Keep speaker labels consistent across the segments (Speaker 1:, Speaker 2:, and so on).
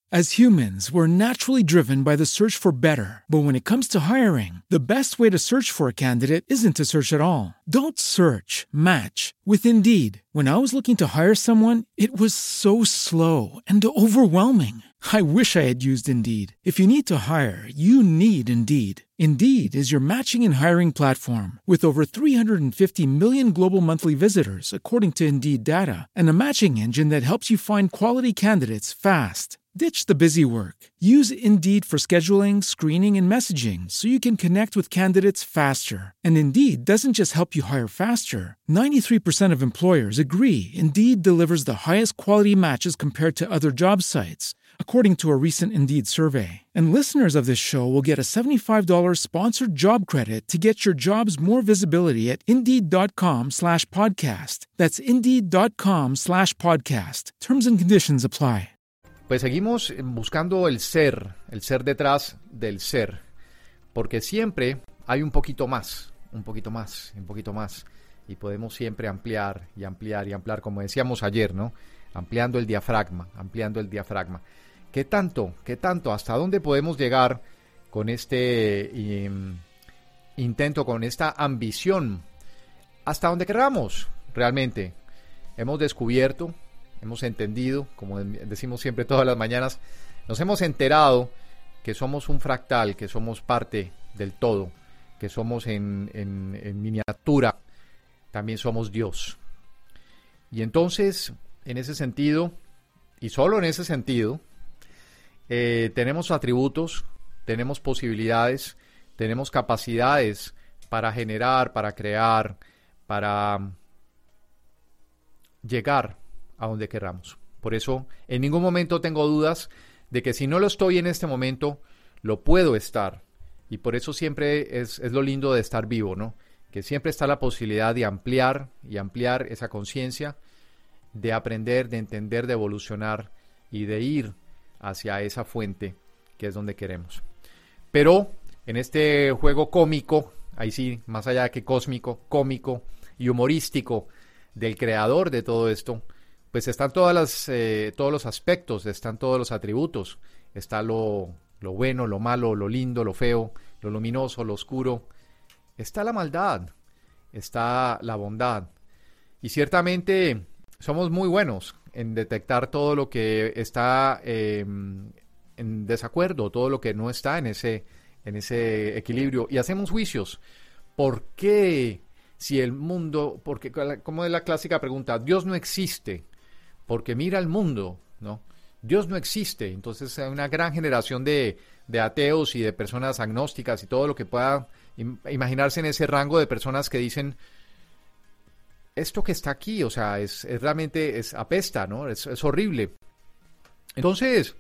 Speaker 1: As humans, we're naturally driven by the search for better. But when it comes to hiring, the best way to search for a candidate isn't to search at all. Don't search, match with Indeed. When I was looking to hire someone, it was so slow and overwhelming. I wish I had used Indeed. If you need to hire, you need Indeed. Indeed is your matching and hiring platform with over 350 million global monthly visitors, according to Indeed data, and a matching engine that helps you find quality candidates fast. Ditch the busy work. Use Indeed for scheduling, screening, and messaging so you can connect with candidates faster. And Indeed doesn't just help you hire faster. 93% of employers agree Indeed delivers the highest quality matches compared to other job sites, according to a recent Indeed survey. And listeners of this show will get a $75 sponsored job credit to get your jobs more visibility at Indeed.com/podcast. That's Indeed.com/podcast. Terms and conditions apply.
Speaker 2: Pues seguimos buscando el ser detrás del ser, porque siempre hay un poquito más, y podemos siempre ampliar y ampliar y ampliar, como decíamos ayer, ¿no? Ampliando el diafragma. ¿Qué tanto? ¿Hasta dónde podemos llegar con este intento, con esta ambición? Hasta donde queramos, realmente. Hemos descubierto, hemos entendido, como decimos siempre todas las mañanas, nos hemos enterado que somos un fractal, que somos parte del todo, que somos en miniatura, también somos Dios. Y entonces, en ese sentido, y solo en ese sentido, tenemos atributos, tenemos posibilidades, tenemos capacidades para generar, para crear, para llegar a donde queramos. Por eso, en ningún momento tengo dudas de que si no lo estoy en este momento, lo puedo estar. Y por eso siempre es lo lindo de estar vivo, ¿no? Que siempre está la posibilidad de ampliar y ampliar esa conciencia, de aprender, de entender, de evolucionar y de ir hacia esa fuente que es donde queremos. Pero en este juego cómico, ahí sí, más allá de que cósmico, cómico y humorístico del creador de todo esto, pues están todos los aspectos, están todos los atributos, está lo bueno, lo malo, lo lindo, lo feo, lo luminoso, lo oscuro, está la maldad, está la bondad. Y ciertamente somos muy buenos en detectar todo lo que está en desacuerdo, todo lo que no está en ese equilibrio, y hacemos juicios. ¿Por qué? Si el mundo, porque como es la clásica pregunta, Dios no existe, porque mira el mundo, ¿no? Dios no existe. Entonces hay una gran generación de ateos y de personas agnósticas y todo lo que pueda imaginarse en ese rango de personas que dicen, esto que está aquí, o sea, es realmente apesta, ¿no? Es horrible. Entonces,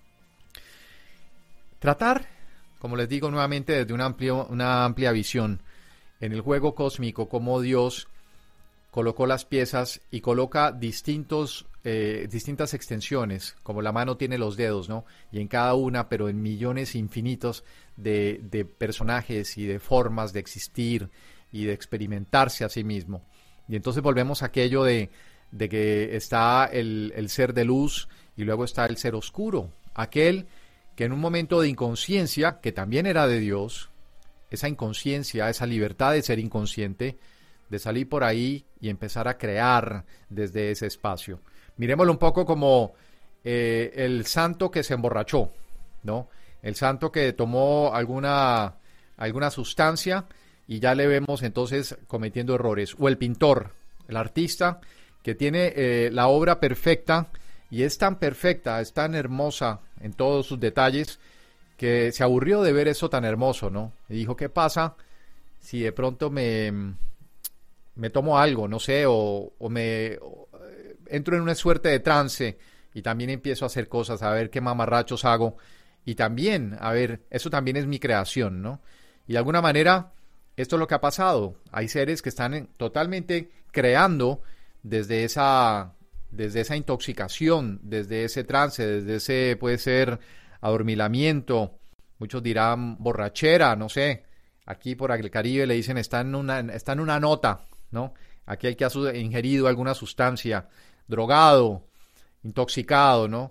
Speaker 2: tratar, como les digo nuevamente, desde una amplia visión en el juego cósmico, cómo Dios colocó las piezas y coloca distintas extensiones, como la mano tiene los dedos, ¿no? Y en cada una, pero en millones infinitos de personajes y de formas de existir y de experimentarse a sí mismo. Y entonces volvemos a aquello de que está el ser de luz y luego está el ser oscuro, aquel que en un momento de inconsciencia, que también era de Dios, esa inconsciencia, esa libertad de ser inconsciente, de salir por ahí y empezar a crear desde ese espacio. Miremoslo un poco como el santo que se emborrachó, ¿no? El santo que tomó alguna sustancia y ya le vemos entonces cometiendo errores. O el pintor, el artista que tiene la obra perfecta y es tan perfecta, es tan hermosa en todos sus detalles que se aburrió de ver eso tan hermoso, ¿no? Y dijo, ¿qué pasa si de pronto me tomo algo, no sé, o entro en una suerte de trance y también empiezo a hacer cosas, a ver qué mamarrachos hago, y también, a ver, eso también es mi creación, ¿no? Y de alguna manera, esto es lo que ha pasado. Hay seres que están totalmente creando desde esa intoxicación, desde ese trance, desde ese, puede ser, adormilamiento, muchos dirán borrachera, no sé, aquí por el Caribe le dicen está en una nota, ¿no? Aquel que ha ingerido alguna sustancia, drogado, intoxicado, ¿no?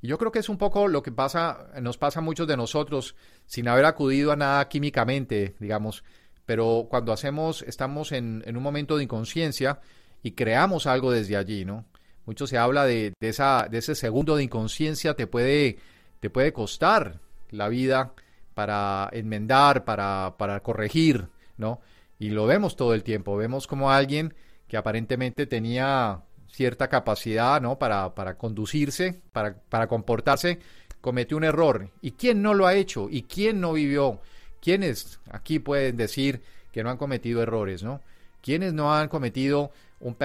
Speaker 2: Y yo creo que es un poco lo que nos pasa a muchos de nosotros, sin haber acudido a nada químicamente, digamos, pero cuando estamos en un momento de inconsciencia y creamos algo desde allí, ¿no? Mucho se habla de ese segundo de inconsciencia, te puede costar la vida para enmendar, para corregir, ¿no? Y lo vemos todo el tiempo, vemos como alguien que aparentemente tenía cierta capacidad, ¿no? para conducirse, para comportarse, cometió un error. ¿Y quién no lo ha hecho? ¿Y quién no vivió? ¿Quiénes aquí pueden decir que no han cometido errores, ¿no? ¿Quiénes no han cometido una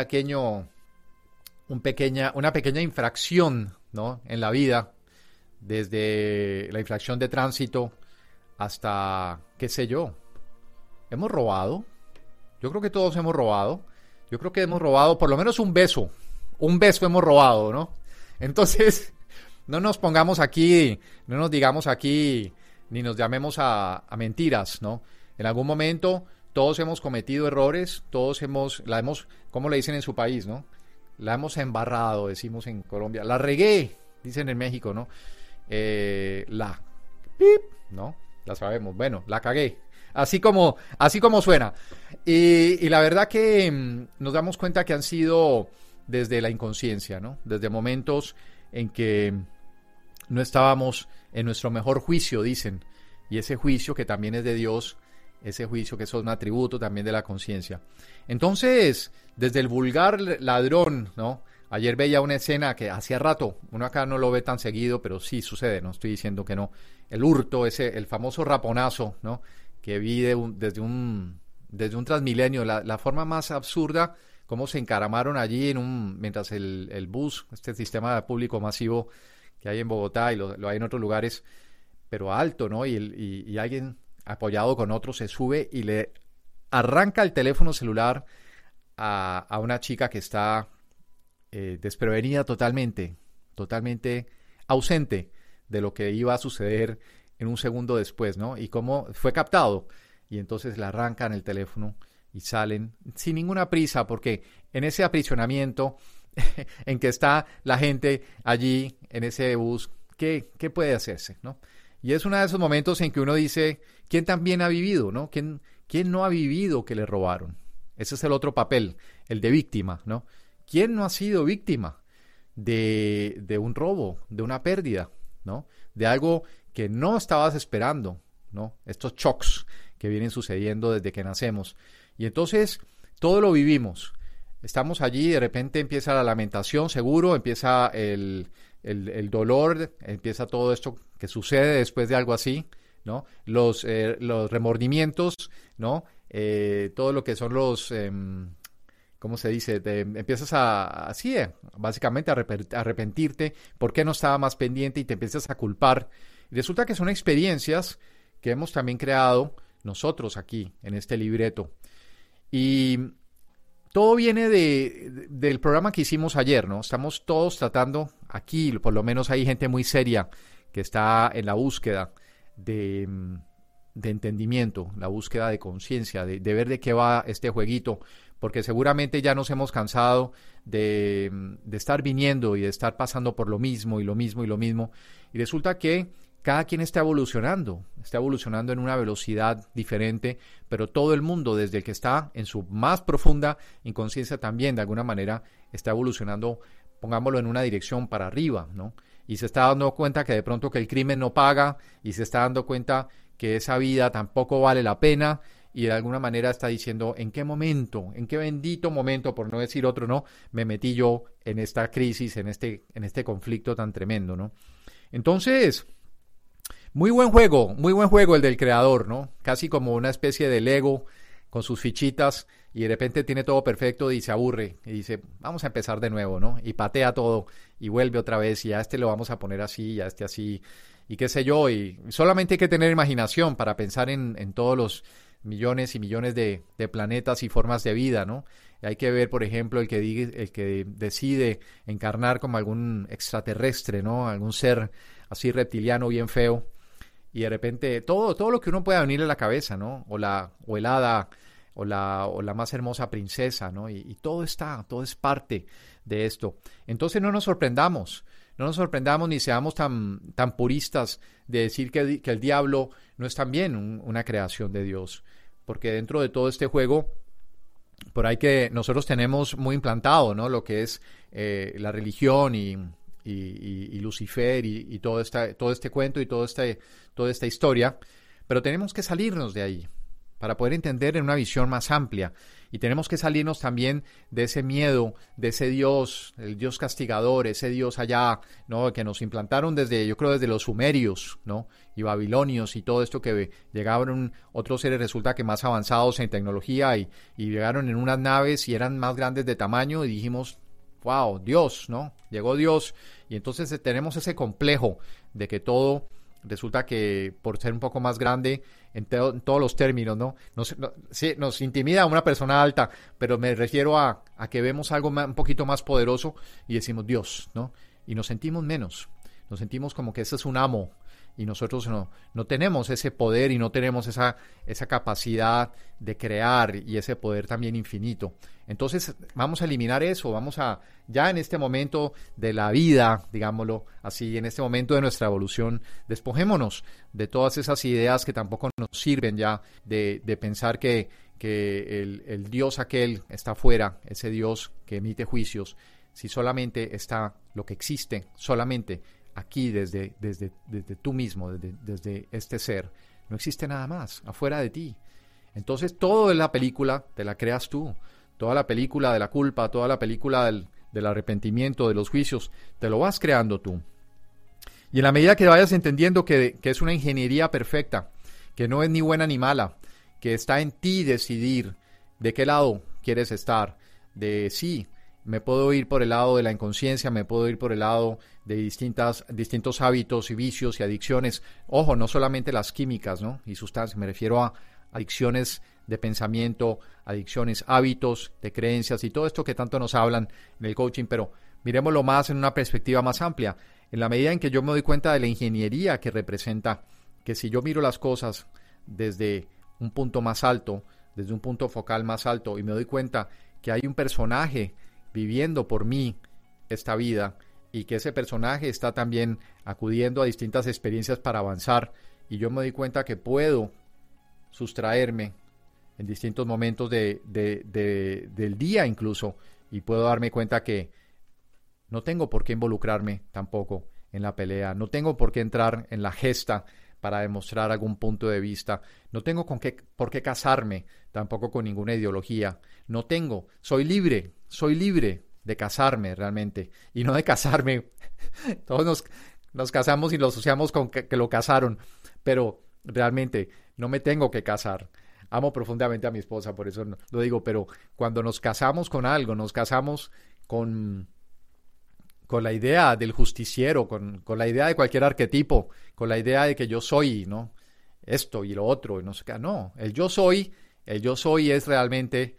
Speaker 2: pequeña infracción, ¿no? en la vida, desde la infracción de tránsito hasta, qué sé yo, hemos robado? Yo creo que todos hemos robado. Yo creo que hemos robado por lo menos un beso. Un beso hemos robado, ¿no? Entonces, no nos pongamos aquí, no nos digamos aquí, ni nos llamemos a mentiras, ¿no? En algún momento todos hemos cometido errores, ¿cómo le dicen en su país, no? La hemos embarrado, decimos en Colombia. La regué, dicen en México, ¿no? ¿No? La sabemos. Bueno, la cagué. Así como suena. Y la verdad que nos damos cuenta que han sido desde la inconsciencia, ¿no? Desde momentos en que no estábamos en nuestro mejor juicio, dicen. Y ese juicio que también es de Dios, ese juicio que es un atributo también de la conciencia. Entonces, desde el vulgar ladrón, ¿no? Ayer veía una escena que hacía rato, uno acá no lo ve tan seguido, pero sí sucede, no estoy diciendo que no. El hurto, el famoso raponazo, ¿no? Que vi desde un Transmilenio, la forma más absurda, cómo se encaramaron allí mientras el bus, este sistema público masivo que hay en Bogotá y lo hay en otros lugares, pero alto, ¿no? Y alguien apoyado con otro se sube y le arranca el teléfono celular a una chica que está desprevenida totalmente ausente de lo que iba a suceder en un segundo después, ¿no? Y cómo fue captado. Y entonces le arrancan el teléfono y salen sin ninguna prisa, porque en ese aprisionamiento en que está la gente allí en ese bus, ¿qué puede hacerse, no? Y es uno de esos momentos en que uno dice, ¿quién también ha vivido, no? ¿Quién no ha vivido que le robaron? Ese es el otro papel, el de víctima, ¿no? ¿Quién no ha sido víctima de un robo, de una pérdida, ¿no? De algo que no estabas esperando, ¿no? Estos shocks que vienen sucediendo desde que nacemos. Y entonces todo lo vivimos. Estamos allí, de repente empieza la lamentación, seguro, empieza el dolor, empieza todo esto que sucede después de algo así, ¿no? Los remordimientos, ¿no? Todo lo que son los... ¿cómo se dice? Empiezas básicamente a arrepentirte, ¿por qué no estaba más pendiente? Y te empiezas a culpar. Y resulta que son experiencias que hemos también creado nosotros aquí, en este libreto. Y todo viene del programa que hicimos ayer, ¿no? Estamos todos tratando, aquí por lo menos hay gente muy seria que está en la búsqueda de entendimiento, la búsqueda de conciencia, de ver de qué va este jueguito, porque seguramente ya nos hemos cansado de estar viniendo y de estar pasando por lo mismo y lo mismo y lo mismo, y resulta que cada quien está evolucionando en una velocidad diferente, pero todo el mundo, desde el que está en su más profunda inconsciencia también, de alguna manera, está evolucionando, pongámoslo en una dirección para arriba, ¿no? Y se está dando cuenta que de pronto que el crimen no paga, y se está dando cuenta que esa vida tampoco vale la pena, y de alguna manera está diciendo, ¿en qué momento, en qué bendito momento, por no decir otro, no, me metí yo en esta crisis, en este conflicto tan tremendo, ¿no? Entonces, muy buen juego el del creador, ¿no? Casi como una especie de Lego con sus fichitas, y de repente tiene todo perfecto y se aburre y dice, vamos a empezar de nuevo, ¿no? Y patea todo y vuelve otra vez, y a este lo vamos a poner así, y a este así, y qué sé yo, y solamente hay que tener imaginación para pensar en todos los millones y millones de planetas y formas de vida, ¿no? Hay que ver, por ejemplo, el que decide encarnar como algún extraterrestre, ¿no? Algún ser así reptiliano bien feo, y de repente todo lo que uno pueda venir a la cabeza, ¿no? O el hada, o la más hermosa princesa, ¿no? Y todo es parte de esto. Entonces no nos sorprendamos no nos sorprendamos ni seamos tan puristas de decir que el diablo no es también una creación de Dios, porque dentro de todo este juego, por ahí que nosotros tenemos muy implantado, ¿no? Lo que es la religión y Lucifer y todo este cuento y toda esta historia, pero tenemos que salirnos de ahí para poder entender en una visión más amplia, y tenemos que salirnos también de ese miedo, de ese Dios, el Dios castigador, ese Dios allá, ¿no? Que nos implantaron yo creo desde los sumerios, ¿no? Y babilonios y todo esto, que llegaron otros seres, resulta que más avanzados en tecnología, y llegaron en unas naves y eran más grandes de tamaño, y dijimos, wow, Dios, ¿no? Llegó Dios, y entonces tenemos ese complejo de que todo resulta que por ser un poco más grande en todos los términos, ¿no? Sí, nos intimida a una persona alta, pero me refiero a que vemos algo un poquito más poderoso y decimos Dios, ¿no? Y nos sentimos menos, nos sentimos como que ese es un amo, y nosotros no tenemos ese poder y no tenemos esa capacidad de crear y ese poder también infinito. Entonces vamos a eliminar eso, ya en este momento de la vida, digámoslo así, en este momento de nuestra evolución, despojémonos de todas esas ideas que tampoco nos sirven ya, de pensar que el Dios aquel está fuera, ese Dios que emite juicios, si solamente está lo que existe, solamente aquí desde tú mismo, desde este ser. No existe nada más afuera de ti. Entonces toda la película te la creas tú, toda la película de la culpa, toda la película del arrepentimiento, de los juicios, te lo vas creando tú. Y en la medida que vayas entendiendo que es una ingeniería perfecta, que no es ni buena ni mala, que está en ti decidir de qué lado quieres estar, de sí, me puedo ir por el lado de la inconsciencia, me puedo ir por el lado de distintos hábitos y vicios y adicciones. Ojo, no solamente las químicas, ¿no? Y sustancias, me refiero a adicciones de pensamiento, adicciones, hábitos, de creencias y todo esto que tanto nos hablan en el coaching, pero miremoslo más en una perspectiva más amplia. En la medida en que yo me doy cuenta de la ingeniería que representa, que si yo miro las cosas desde un punto más alto, desde un punto focal más alto, y me doy cuenta que hay un personaje viviendo por mí esta vida, y que ese personaje está también acudiendo a distintas experiencias para avanzar, y yo me doy cuenta que puedo sustraerme en distintos momentos del día incluso, y puedo darme cuenta que no tengo por qué involucrarme tampoco en la pelea, no tengo por qué entrar en la gesta para demostrar algún punto de vista, no tengo por qué casarme tampoco con ninguna ideología, soy libre de casarme realmente, y no de casarme, todos nos casamos y lo asociamos con que lo casaron, pero realmente no me tengo que casar. Amo profundamente a mi esposa, por eso lo digo, pero cuando nos casamos con algo, nos casamos con la idea del justiciero, con la idea de cualquier arquetipo, con la idea de que yo soy, ¿no? Esto y lo otro, y no sé qué. No, el yo soy es realmente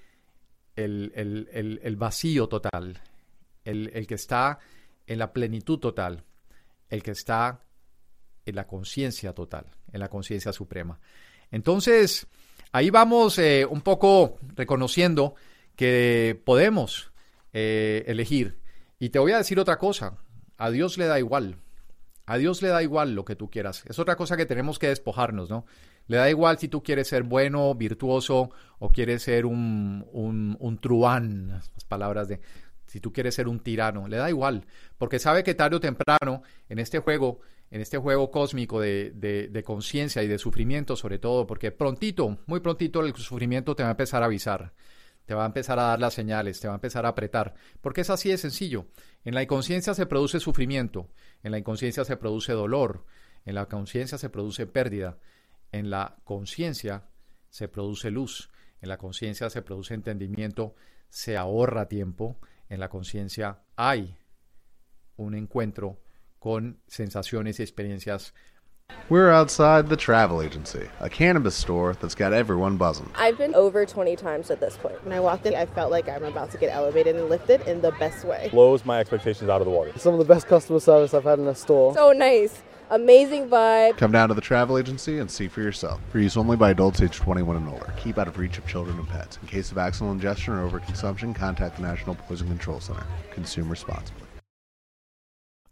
Speaker 2: el vacío total, el que está en la plenitud total, el que está en la conciencia total, en la conciencia suprema. Entonces, ahí vamos un poco reconociendo que podemos elegir. Y te voy a decir otra cosa, a Dios le da igual. A Dios le da igual lo que tú quieras. Es otra cosa que tenemos que despojarnos, ¿no? Le da igual si tú quieres ser bueno, virtuoso, o quieres ser un truán, las palabras si tú quieres ser un tirano. Le da igual, porque sabe que tarde o temprano, en este juego cósmico de conciencia y de sufrimiento sobre todo, porque muy prontito el sufrimiento te va a empezar a avisar. Te va a empezar a dar las señales, te va a empezar a apretar, porque es así de sencillo. En la inconsciencia se produce sufrimiento, en la inconsciencia se produce dolor, en la conciencia se produce pérdida, en la conciencia se produce luz, en la conciencia se produce entendimiento, se ahorra tiempo, en la conciencia hay un encuentro con sensaciones y experiencias.
Speaker 3: We're outside the travel agency, a cannabis store that's got everyone buzzing.
Speaker 4: I've been over 20 times at this point. When I walked in, I felt like I'm about to get elevated and lifted in the best way.
Speaker 5: Blows my expectations out of the water.
Speaker 6: Some of the best customer service I've had in a store.
Speaker 4: So nice. Amazing vibe.
Speaker 3: Come down to the travel agency and see for yourself. For use only by adults age 21 and older. Keep out of reach of children and pets. In case of accidental ingestion or overconsumption, contact the National Poison Control Center. Consume responsibly.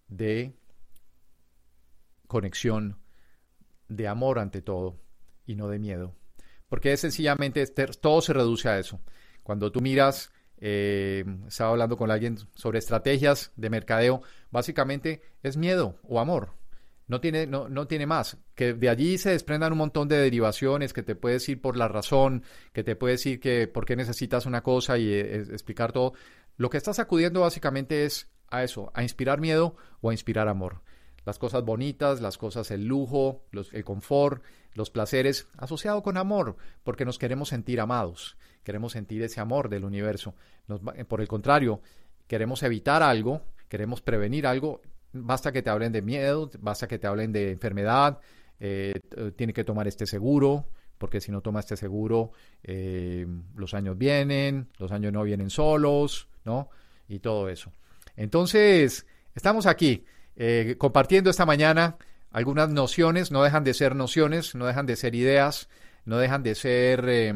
Speaker 2: de conexión, de amor ante todo y no de miedo. Porque sencillamente todo se reduce a eso. Cuando tú miras, estaba hablando con alguien sobre estrategias de mercadeo, básicamente es miedo o amor. No tiene más. Que de allí se desprendan un montón de derivaciones, que te puedes ir por la razón, que te puedes ir que por qué necesitas una cosa y explicar todo. Lo que estás acudiendo básicamente es a eso, a inspirar miedo o a inspirar amor. Las cosas bonitas, las cosas, el lujo, el confort, los placeres, asociado con amor, porque nos queremos sentir amados, queremos sentir ese amor del universo. Por el contrario, queremos evitar algo, queremos prevenir algo, basta que te hablen de miedo, basta que te hablen de enfermedad, tiene que tomar este seguro, porque si no toma este seguro, los años vienen, los años no vienen solos, ¿no? Y todo eso. Entonces, estamos aquí. Compartiendo esta mañana algunas nociones, no dejan de ser nociones, no dejan de ser ideas, no dejan de ser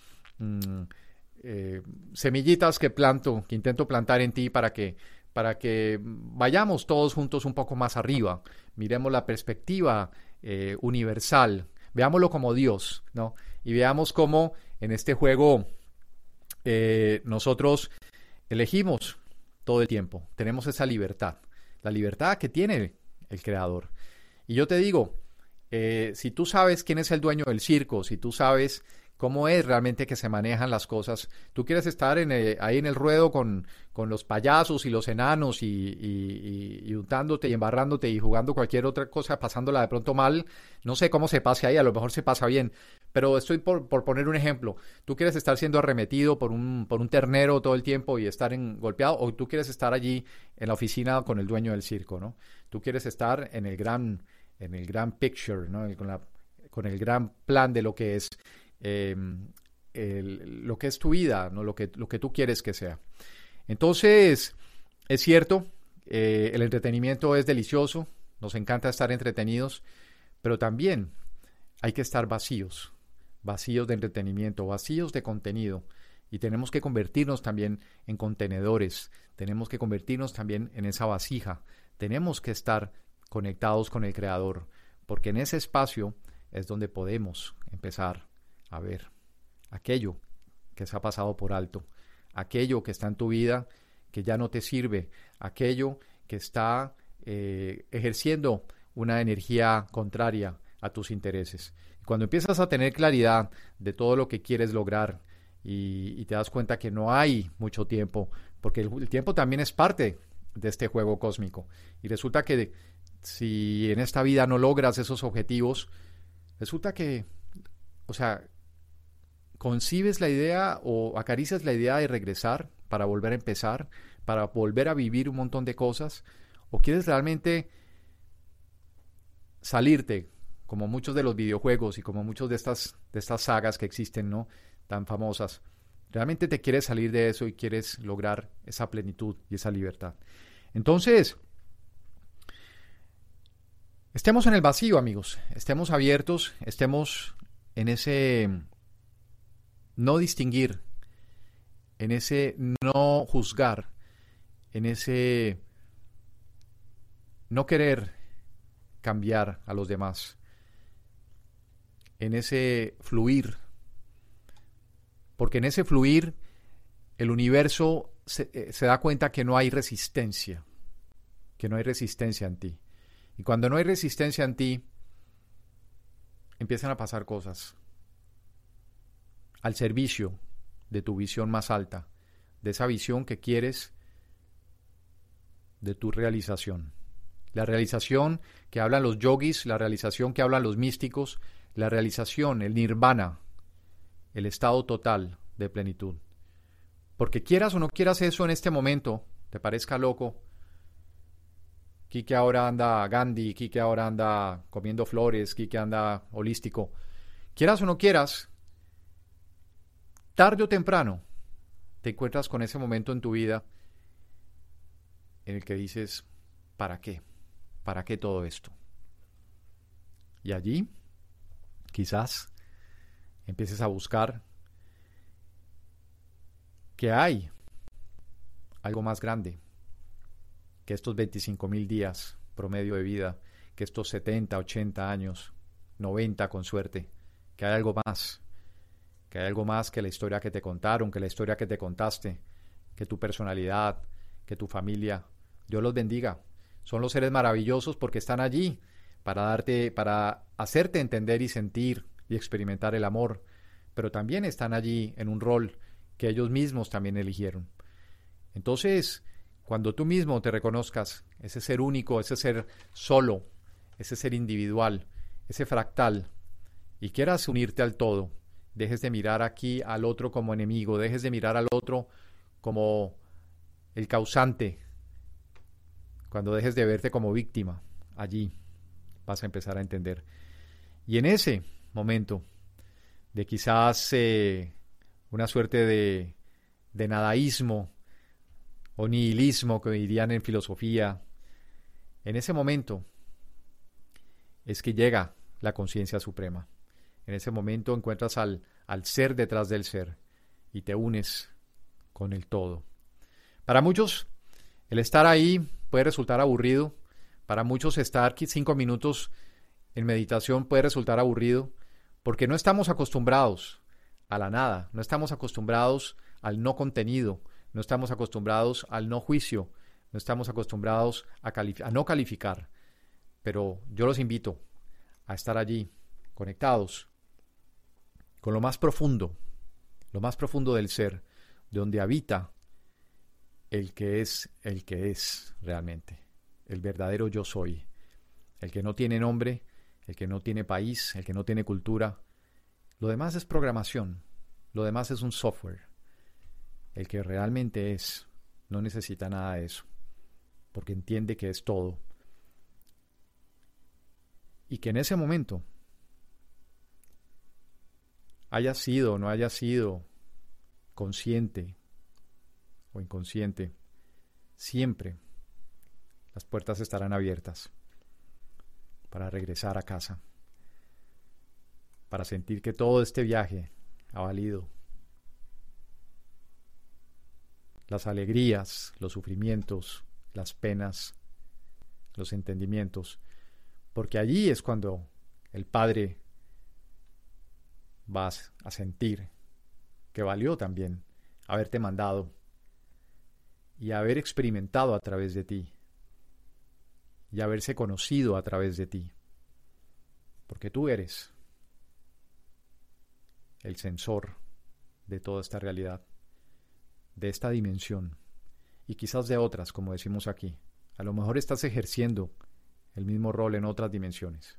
Speaker 2: semillitas que intento plantar en ti para que vayamos todos juntos un poco más arriba, miremos la perspectiva universal, veámoslo como Dios, ¿no? Y veamos cómo en este juego nosotros elegimos todo el tiempo, tenemos esa libertad. La libertad que tiene el creador. Y yo te digo, si tú sabes quién es el dueño del circo, si tú sabes cómo es realmente que se manejan las cosas, tú quieres estar ahí en el ruedo con los payasos y los enanos y untándote y embarrándote y jugando cualquier otra cosa, pasándola de pronto mal, no sé cómo se pase ahí, a lo mejor se pasa bien, pero estoy por poner un ejemplo. Tú quieres estar siendo arremetido por un ternero todo el tiempo y estar golpeado, o tú quieres estar allí en la oficina con el dueño del circo, ¿no? Tú quieres estar en el gran picture, ¿no? Con el gran plan de lo que es lo que es tu vida, ¿no? Lo que tú quieres que sea. Entonces, es cierto, el entretenimiento es delicioso, nos encanta estar entretenidos, pero también hay que estar vacíos de entretenimiento, vacíos de contenido, y tenemos que convertirnos también en contenedores, tenemos que convertirnos también en esa vasija, tenemos que estar conectados con el Creador, porque en ese espacio es donde podemos empezar a ver aquello que se ha pasado por alto, aquello que está en tu vida que ya no te sirve, aquello que está ejerciendo una energía contraria a tus intereses. Cuando empiezas a tener claridad de todo lo que quieres lograr y te das cuenta que no hay mucho tiempo, porque el tiempo también es parte de este juego cósmico, y resulta que si en esta vida no logras esos objetivos, resulta que, o sea, concibes la idea o acaricias la idea de regresar para volver a empezar, para volver a vivir un montón de cosas, o quieres realmente salirte, como muchos de los videojuegos y como muchos de estas sagas que existen, ¿no? Tan famosas. Realmente te quieres salir de eso y quieres lograr esa plenitud y esa libertad. Entonces, estemos en el vacío, amigos. Estemos abiertos, estemos en ese no distinguir, en ese no juzgar, en ese no querer cambiar a los demás, en ese fluir, porque en ese fluir el universo se da cuenta que no hay resistencia en ti. Y cuando no hay resistencia en ti, empiezan a pasar cosas al servicio de tu visión más alta, de esa visión que quieres, de tu realización. La realización que hablan los yogis, la realización que hablan los místicos, la realización, el nirvana, el estado total de plenitud. Porque quieras o no quieras eso en este momento, te parezca loco, Quique ahora anda Gandhi, Quique ahora anda comiendo flores, Quique anda holístico, quieras o no quieras, tarde o temprano te encuentras con ese momento en tu vida en el que dices, ¿para qué? ¿Para qué todo esto? Y allí, quizás, empieces a buscar que hay algo más grande, que estos 25.000 días promedio de vida, que estos 70, 80 años, 90 con suerte, que hay algo más, que hay algo más que la historia que te contaron, que la historia que te contaste, que tu personalidad, que tu familia. Dios los bendiga. Son los seres maravillosos porque están allí para hacerte entender y sentir y experimentar el amor, pero también están allí en un rol que ellos mismos también eligieron. Entonces, cuando tú mismo te reconozcas, ese ser único, ese ser solo, ese ser individual, ese fractal, y quieras unirte al todo, dejes de mirar aquí al otro como enemigo, dejes de mirar al otro como el causante, cuando dejes de verte como víctima, allí vas a empezar a entender. Y en ese momento de quizás una suerte de nadaísmo o nihilismo que dirían en filosofía, en ese momento es que llega la conciencia suprema. En ese momento encuentras al ser detrás del ser y te unes con el todo. Para muchos, el estar ahí puede resultar aburrido. Para muchos, estar 5 minutos en meditación puede resultar aburrido porque no estamos acostumbrados a la nada, no estamos acostumbrados al no contenido, no estamos acostumbrados al no juicio, no estamos acostumbrados a no calificar. Pero yo los invito a estar allí, conectados con lo más profundo del ser, donde habita el que es realmente, el verdadero yo soy, el que no tiene nombre, el que no tiene país, el que no tiene cultura. Lo demás es programación, lo demás es un software. El que realmente es, no necesita nada de eso, porque entiende que es todo. Y que en ese momento, haya sido o no haya sido consciente o inconsciente, siempre las puertas estarán abiertas para regresar a casa, para sentir que todo este viaje ha valido. Las alegrías, los sufrimientos, las penas, los entendimientos, porque allí es cuando el Padre vas a sentir que valió también haberte mandado y haber experimentado a través de ti y haberse conocido a través de ti, porque tú eres el sensor de toda esta realidad, de esta dimensión y quizás de otras, como decimos aquí. A lo mejor estás ejerciendo el mismo rol en otras dimensiones.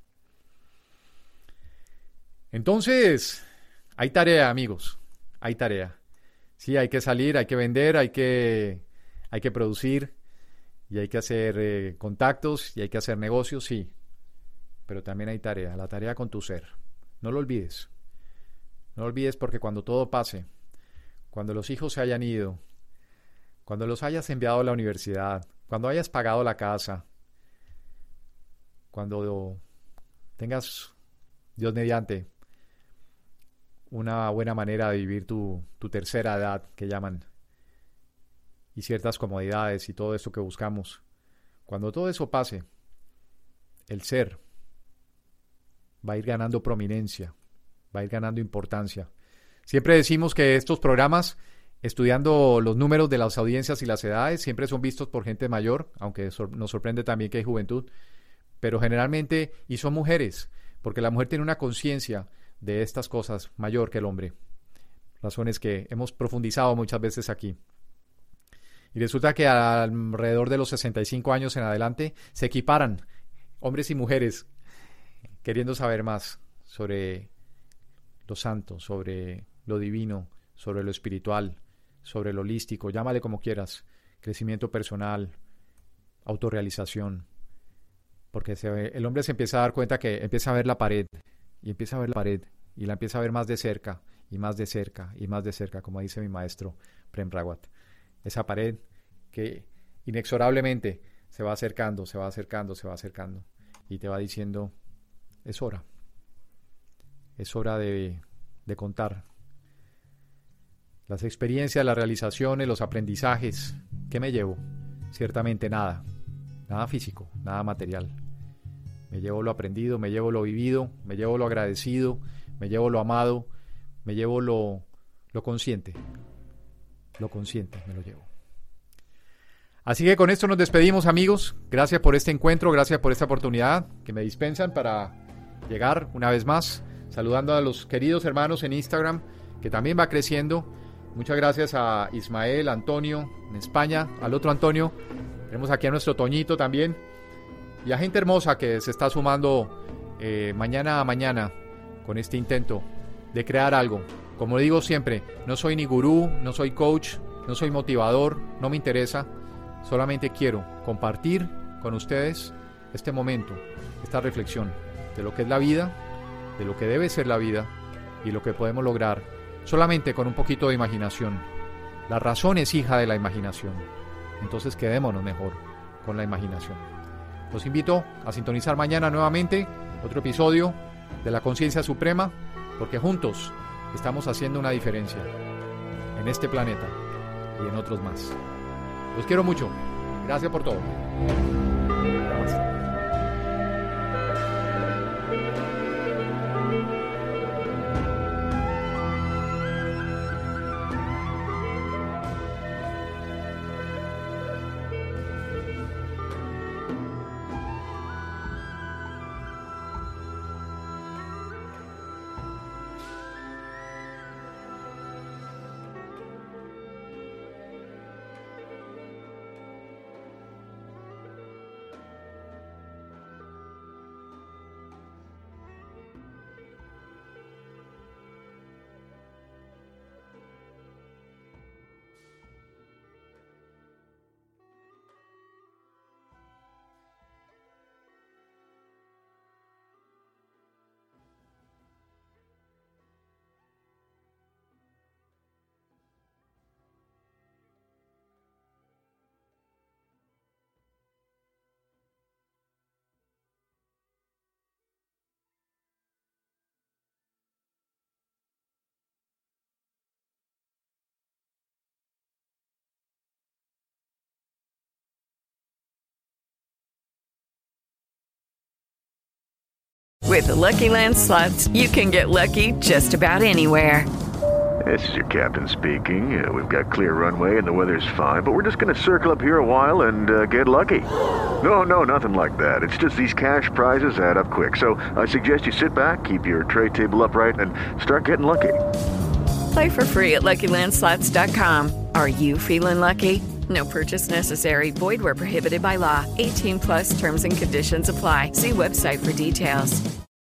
Speaker 2: Entonces, hay tarea, amigos, hay tarea. Sí, hay que salir, hay que vender, hay que producir y hay que hacer contactos y hay que hacer negocios, sí. Pero también hay tarea, la tarea con tu ser. No lo olvides. No lo olvides porque cuando todo pase, cuando los hijos se hayan ido, cuando los hayas enviado a la universidad, cuando hayas pagado la casa, cuando tengas, Dios mediante, una buena manera de vivir tu tercera edad, que llaman, y ciertas comodidades y todo eso que buscamos, cuando todo eso pase, el ser va a ir ganando prominencia, va a ir ganando importancia. Siempre decimos que estos programas, estudiando los números de las audiencias y las edades, siempre son vistos por gente mayor, aunque nos sorprende también que hay juventud, pero generalmente, y son mujeres, porque la mujer tiene una conciencia de estas cosas mayor que el hombre. Razones que hemos profundizado muchas veces aquí. Y resulta que alrededor de los 65 años en adelante se equiparan hombres y mujeres queriendo saber más sobre lo santo, sobre lo divino, sobre lo espiritual, sobre lo holístico, llámale como quieras, crecimiento personal, autorrealización. Porque el hombre se empieza a dar cuenta que empieza a ver la pared, y empieza a ver la pared, y la empieza a ver más de cerca, y más de cerca, y más de cerca, como dice mi maestro Prem Rawat. Esa pared que inexorablemente se va acercando, se va acercando, se va acercando, y te va diciendo, es hora de contar. Las experiencias, las realizaciones, los aprendizajes, ¿qué me llevo? Ciertamente nada, nada físico, nada material. Me llevo lo aprendido, me llevo lo vivido, me llevo lo agradecido, me llevo lo amado, me llevo lo consciente. Lo consciente me lo llevo. Así que con esto nos despedimos, amigos. Gracias por este encuentro, gracias por esta oportunidad que me dispensan para llegar una vez más, saludando a los queridos hermanos en Instagram, que también va creciendo. Muchas gracias a Ismael, Antonio, en España, al otro Antonio. Tenemos aquí a nuestro Toñito también. Y a gente hermosa que se está sumando mañana a mañana con este intento de crear algo. Como digo siempre, no soy ni gurú, no soy coach, no soy motivador, no me interesa. Solamente quiero compartir con ustedes este momento, esta reflexión de lo que es la vida, de lo que debe ser la vida y lo que podemos lograr solamente con un poquito de imaginación. La razón es hija de la imaginación. Entonces quedémonos mejor con la imaginación. Los invito a sintonizar mañana nuevamente otro episodio de La Conciencia Suprema, porque juntos estamos haciendo una diferencia en este planeta y en otros más. Los quiero mucho. Gracias por todo. Namaste.
Speaker 7: With the Lucky Land Slots, you can get lucky just about anywhere.
Speaker 8: This is your captain speaking. We've got clear runway and the weather's fine, but we're just going to circle up here a while and get lucky. No, nothing like that. It's just these cash prizes add up quick. So I suggest you sit back, keep your tray table upright, and start getting lucky.
Speaker 7: Play for free at LuckyLandSlots.com. Are you feeling lucky? No purchase necessary. Void where prohibited by law. 18+ terms and conditions apply. See website for details.